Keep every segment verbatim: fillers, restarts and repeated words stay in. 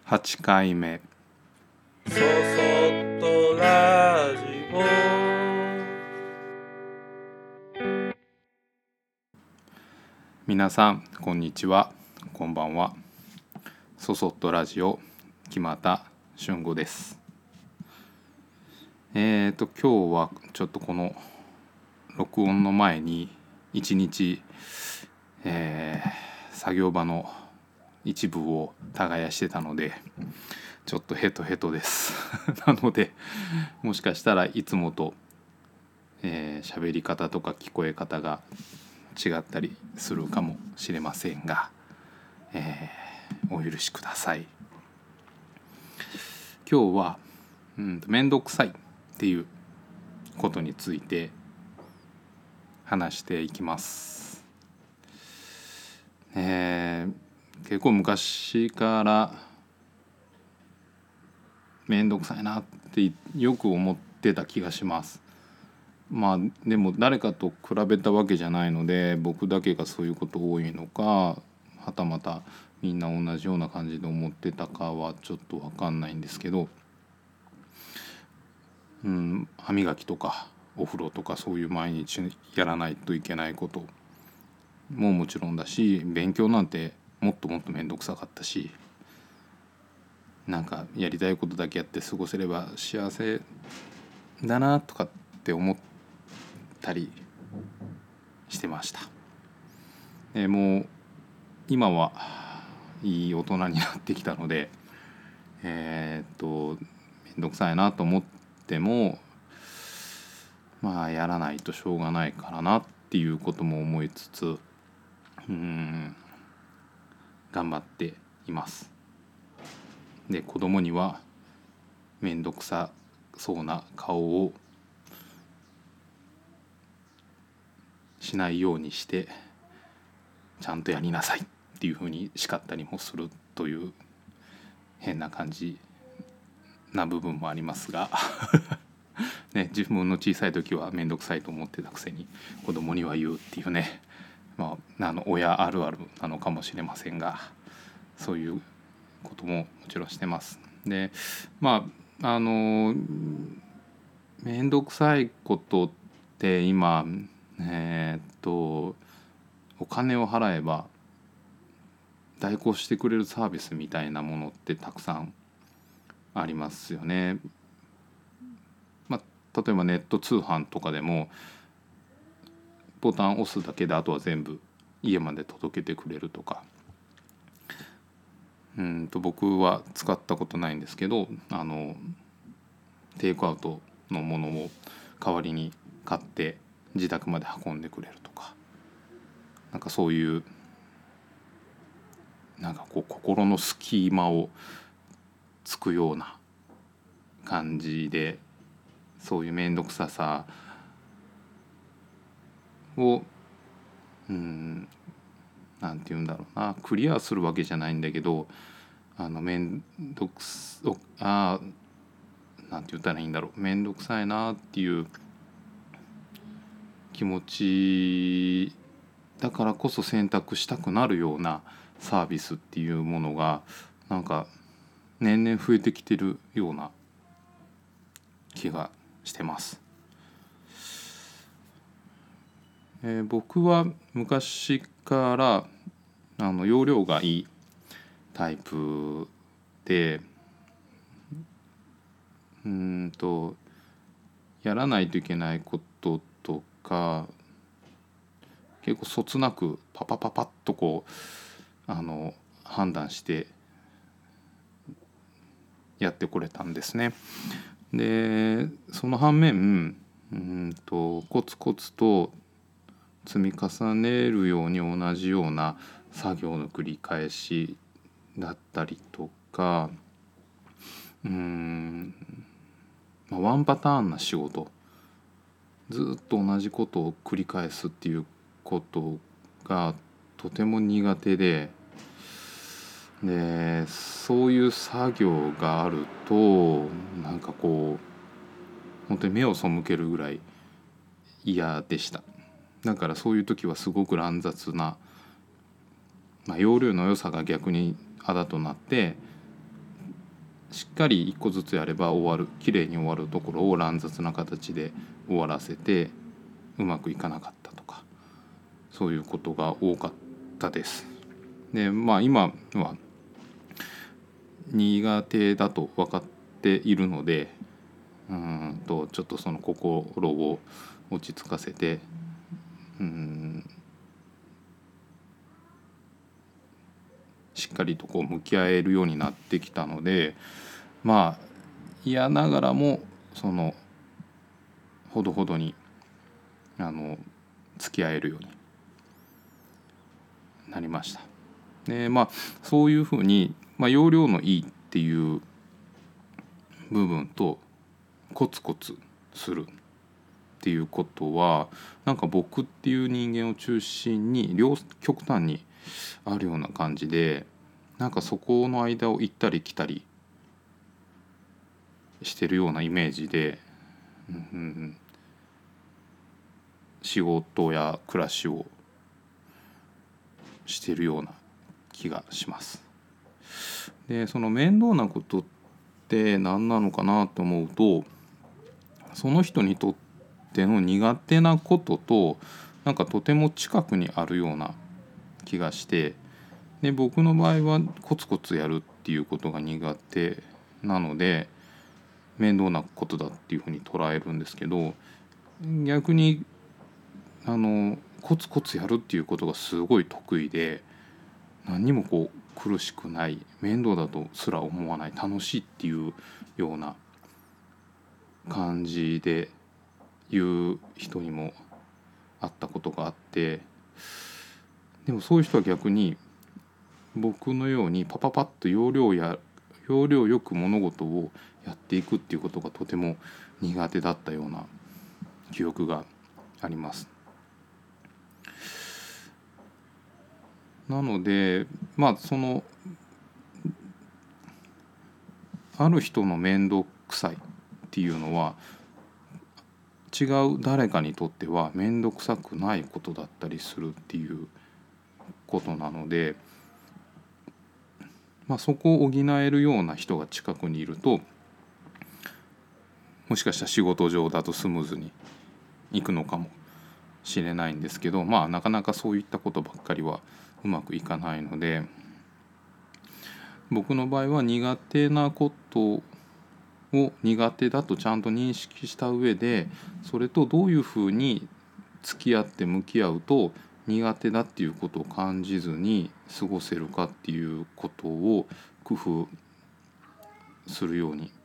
はちかいめそそっとラジオ。 皆さんこんにちは、こんばんは。そそっとラジオ木又俊吾です。えーと今日はちょっとこの録音の前に一日、えー、作業場の一部を耕してたのでちょっとヘトヘトですなのでもしかしたらいつもとえー、喋り方とか聞こえ方が違ったりするかもしれませんが、えー、お許しください。今日は、うん、めんどくさいっていうことについて話していきます。えー、結構昔からめんどくさいなってよく思ってた気がします。まあでも誰かと比べたわけじゃないので僕だけがそういうこと多いのかはたまたみんな同じような感じで思ってたかはちょっと分かんないんですけど、うん、歯磨きとかお風呂とかそういう毎日やらないといけないことももちろんだし、勉強なんてもっともっと面倒くさかったし、なんかやりたいことだけやって過ごせれば幸せだなとかって思ったりしてました。えーもう今はいい大人になってきたので、えー、っとめんどくさいなと思ってもまあやらないとしょうがないからなっていうことも思いつつ、うーん頑張っています。で子供にはめんどくさそうな顔をしないようにしてちゃんとやりなさいっていうふうに叱ったりもするという変な感じな部分もありますがね、自分の小さい時は面倒くさいと思ってたくせに子供には言うっていうね、まあ、あの親あるあるなのかもしれませんが、そういうことももちろんしてます。でまああの面倒くさいことって今えー、っとお金を払えば代行してくれるサービスみたいなものってたくさんありますよね。まあ、例えばネット通販とかでもボタンを押すだけであとは全部家まで届けてくれるとか、うんと僕は使ったことないんですけど、あのテイクアウトのものを代わりに買って自宅まで運んでくれるとか、なんかそういうなんかこう心の隙間をつくような感じで、そういう面倒くささをうんなんて言うんだろうな、クリアするわけじゃないんだけど、あの面倒くすあなんて言ったらいいんだろう、面倒くさいなっていう気持ちだからこそ選択したくなるようなサービスっていうものがなんか年々増えてきてるような気がしてます。えー、僕は昔からあの容量がいいタイプで、うーんとやらないといけないこととか結構そつなくパパパパッとこうあの判断してやってこれたんですね。でその反面うんとコツコツと積み重ねるように同じような作業の繰り返しだったりとか、うーん、まあ、ワンパターンな仕事、ずっと同じことを繰り返すっていうことがとても苦手で、でそういう作業があるとなんかこう本当に目を背けるぐらい嫌でした。だからそういう時はすごく乱雑な、まあ、容量の良さが逆にあだとなってしっかりいっこずつやれば終わる、綺麗に終わるところを乱雑な形で終わらせてうまくいかなかったとか、そういうことが多かったです。でまあ今は苦手だと分かっているので、うんとちょっとその心を落ち着かせて、うんしっかりとこう向き合えるようになってきたので、まあ嫌ながらもそのほどほどにあの付き合えるようになりました。でまあそういうふうに、まあ、要領のいいっていう部分とコツコツするっていうことは、なんか僕っていう人間を中心に両極端にあるような感じで、なんかそこの間を行ったり来たりしてるようなイメージで、うん、仕事や暮らしをしてるような気がします。でその面倒なことって何なのかなと思うと、その人にとっての苦手なこととなんかとても近くにあるような気がして、で僕の場合はコツコツやるっていうことが苦手なので面倒なことだっていうふうに捉えるんですけど、逆にあのコツコツやるっていうことがすごい得意で、何にもこう苦しくない、面倒だとすら思わない、楽しいっていうような感じで言う人にも会ったことがあって、でもそういう人は逆に僕のようにパパパッと要領や要領よく物事をやっていくっていうことがとても苦手だったような記憶があります。なのでまあそのある人の面倒くさいっていうのは違う誰かにとっては面倒くさくないことだったりするっていうことなので、まあ、そこを補えるような人が近くにいると、もしかしたら仕事上だとスムーズにいくのかもしれないんですけど、まあなかなかそういったことばっかりはうまくいかないので、僕の場合は苦手なことを苦手だとちゃんと認識した上で、それとどういうふうに付き合って向き合うと苦手だっていうことを感じずに過ごせるかっていうことを工夫するように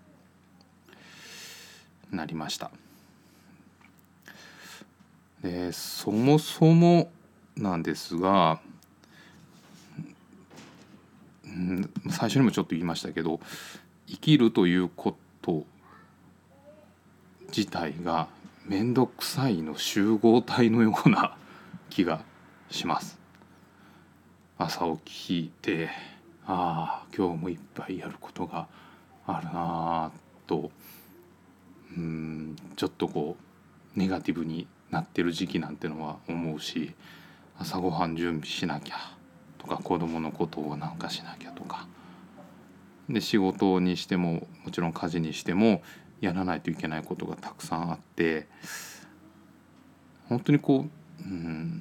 なりました。でそもそもなんですが、うん、最初にもちょっと言いましたけど、生きるということ自体が面倒くさいの集合体のような気がします。朝起きて、ああ今日もいっぱいやることがあるなと、うーんちょっとこうネガティブになってる時期なんてのは思うし、朝ごはん準備しなきゃとか、子供のことをなんかしなきゃとかで、仕事にしてももちろん家事にしてもやらないといけないことがたくさんあって、本当にこう、うん、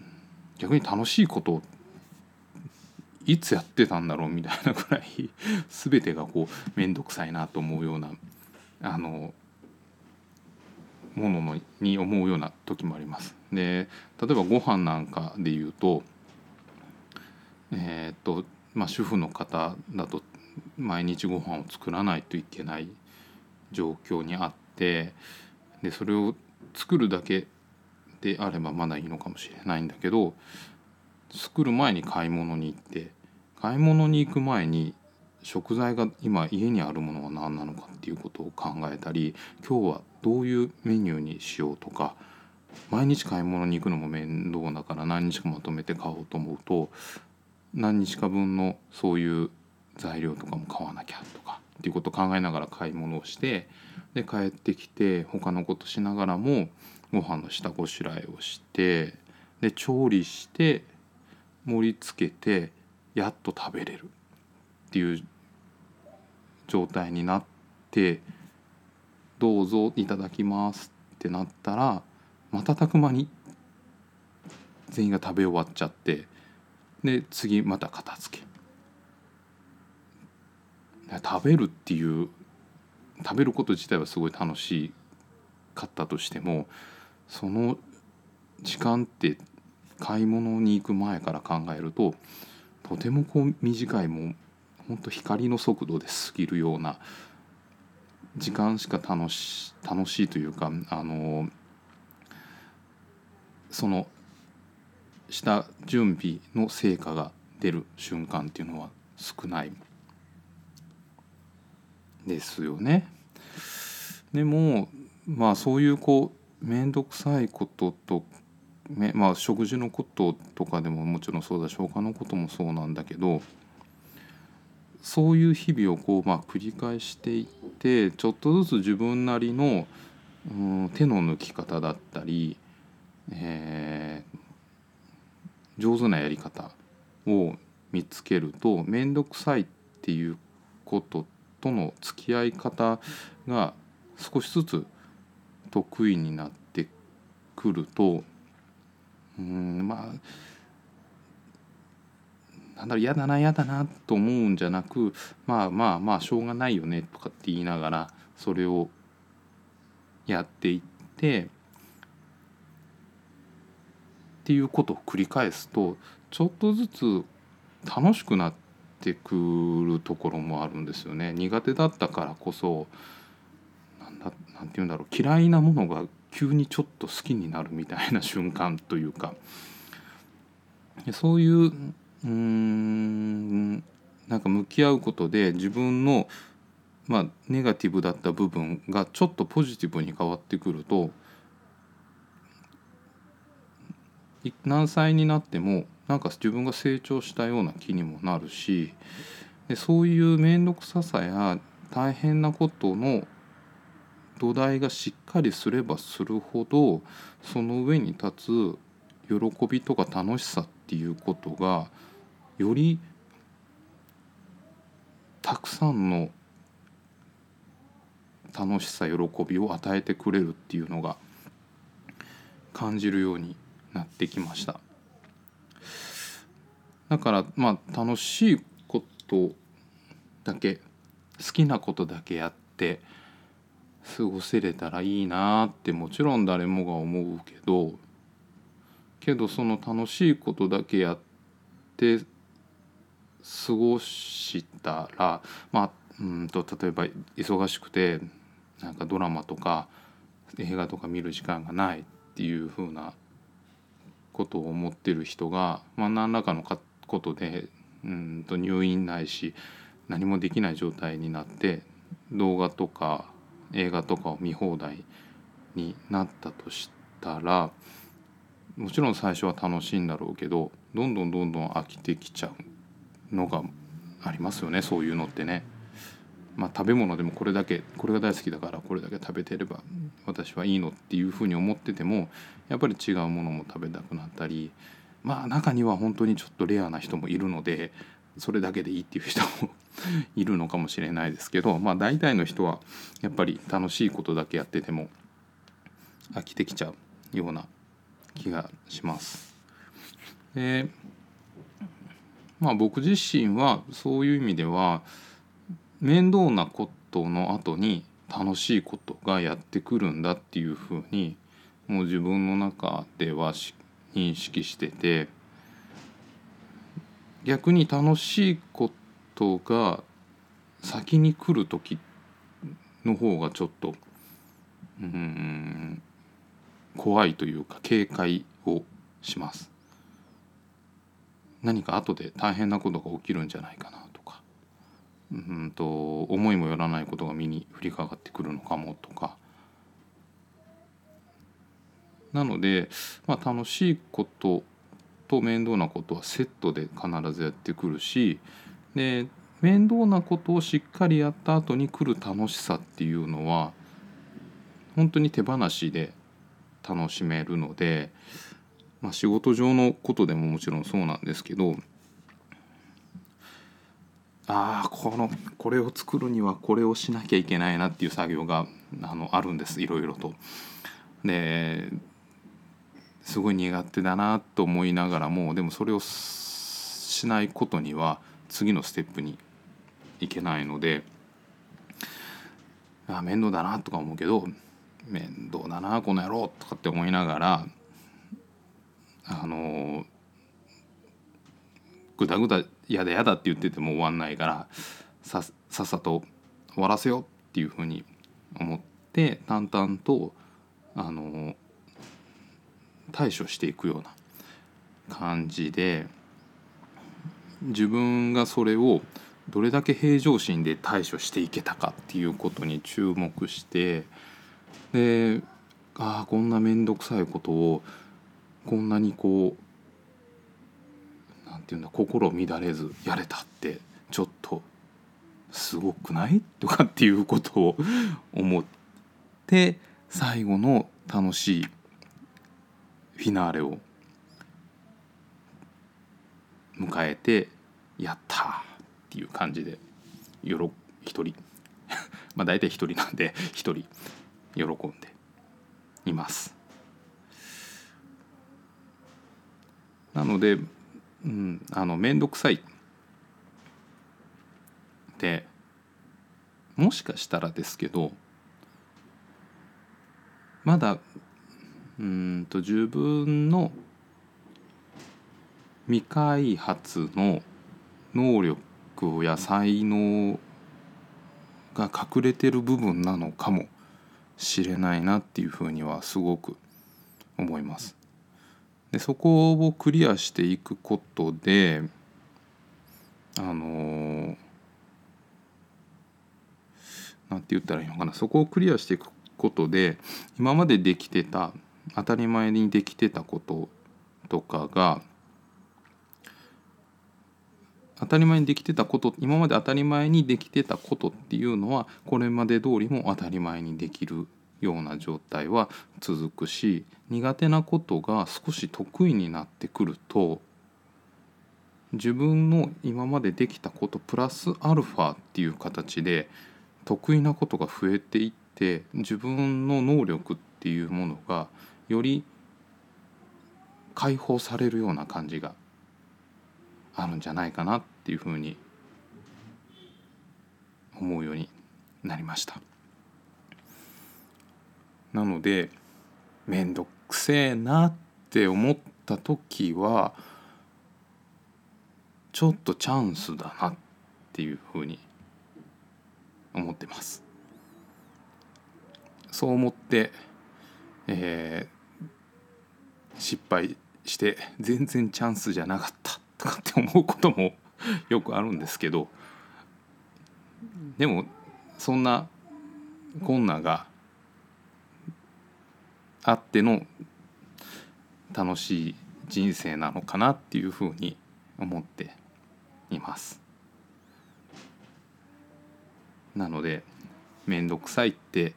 逆に楽しいことをいつやってたんだろうみたいなくらい全てがこう面倒くさいなと思うようなあのもののに思うような時もあります。で例えばご飯なんかで言うと、えーっとまあ、主婦の方だと毎日ご飯を作らないといけない状況にあって、でそれを作るだけであればまだいいのかもしれないんだけど、作る前に買い物に行って、買い物に行く前に食材が今家にあるものは何なのかっていうことを考えたり、今日はどういうメニューにしようとか、毎日買い物に行くのも面倒だから何日かまとめて買おうと思うと、何日か分のそういう材料とかも買わなきゃとかっていうことを考えながら買い物をして、で帰ってきて他のことしながらもご飯の下ごしらえをして、で調理して盛り付けてやっと食べれるっていう状態になって、どうぞいただきますってなったら、瞬く間に全員が食べ終わっちゃって、で次また片付け。食べるっていう食べること自体はすごい楽しかったとしても、その時間って買い物に行く前から考えるととてもこう短い、もうほんと光の速度で過ぎるような時間しか楽し楽しいというか、あのそのした準備の成果が出る瞬間っていうのは少ないですよね。でもまあそういうこう面倒くさいことと、まあ食事のこととかでももちろんそうだし、他のこともそうなんだけど、そういう日々をこうまあ繰り返していって、ちょっとずつ自分なりの、うん、手の抜き方だったり、えー上手なやり方を見つけると、面倒くさいっていうこととの付き合い方が少しずつ得意になってくると、うーんまあなんだろう、嫌だな嫌だなと思うんじゃなく、まあまあまあしょうがないよねとかって言いながらそれをやっていってっていうことを繰り返すと、ちょっとずつ楽しくなってくるところもあるんですよね。苦手だったからこそ、なんだ、なんて言うんだろう、嫌いなものが急にちょっと好きになるみたいな瞬間というか、そういううーんなんか向き合うことで自分のまあネガティブだった部分がちょっとポジティブに変わってくると、何歳になってもなんか自分が成長したような気にもなるし、でそういう面倒くささや大変なことの土台がしっかりすればするほど、その上に立つ喜びとか楽しさっていうことがよりたくさんの楽しさ喜びを与えてくれるっていうのが感じるようになってきました。だからまあ楽しいことだけ、好きなことだけやって過ごせれたらいいなってもちろん誰もが思うけど、けどその楽しいことだけやって過ごしたら、まあうんと例えば忙しくてなんかドラマとか映画とか見る時間がないっていう風なことを思ってる人が、まあ、何らかのことでうんと入院ないし何もできない状態になって動画とか映画とかを見放題になったとしたら、もちろん最初は楽しいんだろうけど、どんどんどんどん飽きてきちゃうのがありますよね、そういうのってね。まあ食べ物でもこれだけこれが大好きだからこれだけ食べてれば私はいいのっていうふうに思ってても、やっぱり違うものも食べたくなったり、まあ中には本当にちょっとレアな人もいるのでそれだけでいいっていう人もいるのかもしれないですけど、まあ大体の人はやっぱり楽しいことだけやってても飽きてきちゃうような気がします。でまあ僕自身はそういう意味では面倒なことの後に楽しいことがやってくるんだっていうふうにもう自分の中では認識してて、逆に楽しいことが先に来る時の方がちょっとうーん怖いというか警戒をします。何か後で大変なことが起きるんじゃないかなとか、うんと思いもよらないことが身に降りかかってくるのかもとか。なので、まあ、楽しいことと面倒なことはセットで必ずやってくるし、で面倒なことをしっかりやった後に来る楽しさっていうのは本当に手放しで楽しめるので、まあ、仕事上のことでももちろんそうなんですけど、 ああこのこれを作るにはこれをしなきゃいけないなっていう作業があのあるんです、いろいろと。ですごい苦手だなと思いながらも、でもそれをしないことには次のステップに行けないので、あ面倒だなとか思うけど、面倒だなこの野郎とかって思いながら、あのぐだぐだやだやだって言ってても終わんないから、ささっさと終わらせようっていうふうに思って、淡々とあの対処していくような感じで、自分がそれをどれだけ平常心で対処していけたかっていうことに注目して、でああこんな面倒くさいことをこんなにこうなんていうんだ心乱れずやれたってちょっとすごくないとかっていうことを思って、最後の楽しいフィナーレを迎えて、やったーっていう感じでよろ一人まあ大体一人なんで一人喜んでいます。なので、うん、あのめんどくさいってもしかしたらですけど、まだうんと自分の未開発の能力や才能が隠れてる部分なのかもしれないなっていうふうにはすごく思います。でそこをクリアしていくことで、あのなんて言ったらいいのかな、そこをクリアしていくことで今までできてた当たり前にできてたこととかが当たり前にできてたこと今まで当たり前にできてたことっていうのはこれまで通りも当たり前にできるような状態は続くし、苦手なことが少し得意になってくると、自分の今までできたことプラスアルファっていう形で得意なことが増えていって、自分の能力っていうものがより解放されるような感じがあるんじゃないかなっていうふうに思うようになりました。なのでめんどくせえなって思った時はちょっとチャンスだなっていうふうに思ってます。そう思って、えー、失敗して全然チャンスじゃなかったとかって思うこともよくあるんですけど、でもそんなこんながあっての楽しい人生なのかなっていうふうに思っています。なのでめんどくさいって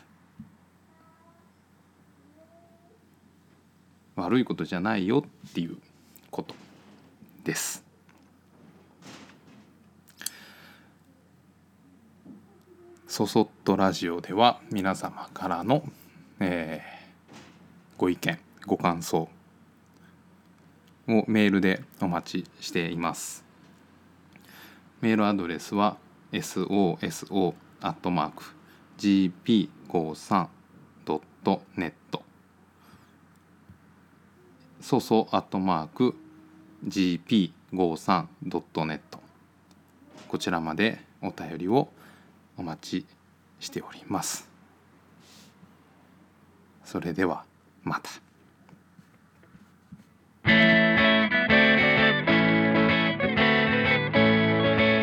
悪いことじゃないよっていうことです。そそっとラジオでは皆様からの、えー、ご意見ご感想をメールでお待ちしています。メールアドレスは エスオーエスオー アットマーク ジーピーごじゅうさん ドットネット、そそアットマーク ジーピーごじゅうさん ドットネット、こちらまでお便りをお待ちしております。それではまた。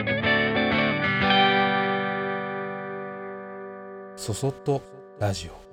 そそっとラジオ。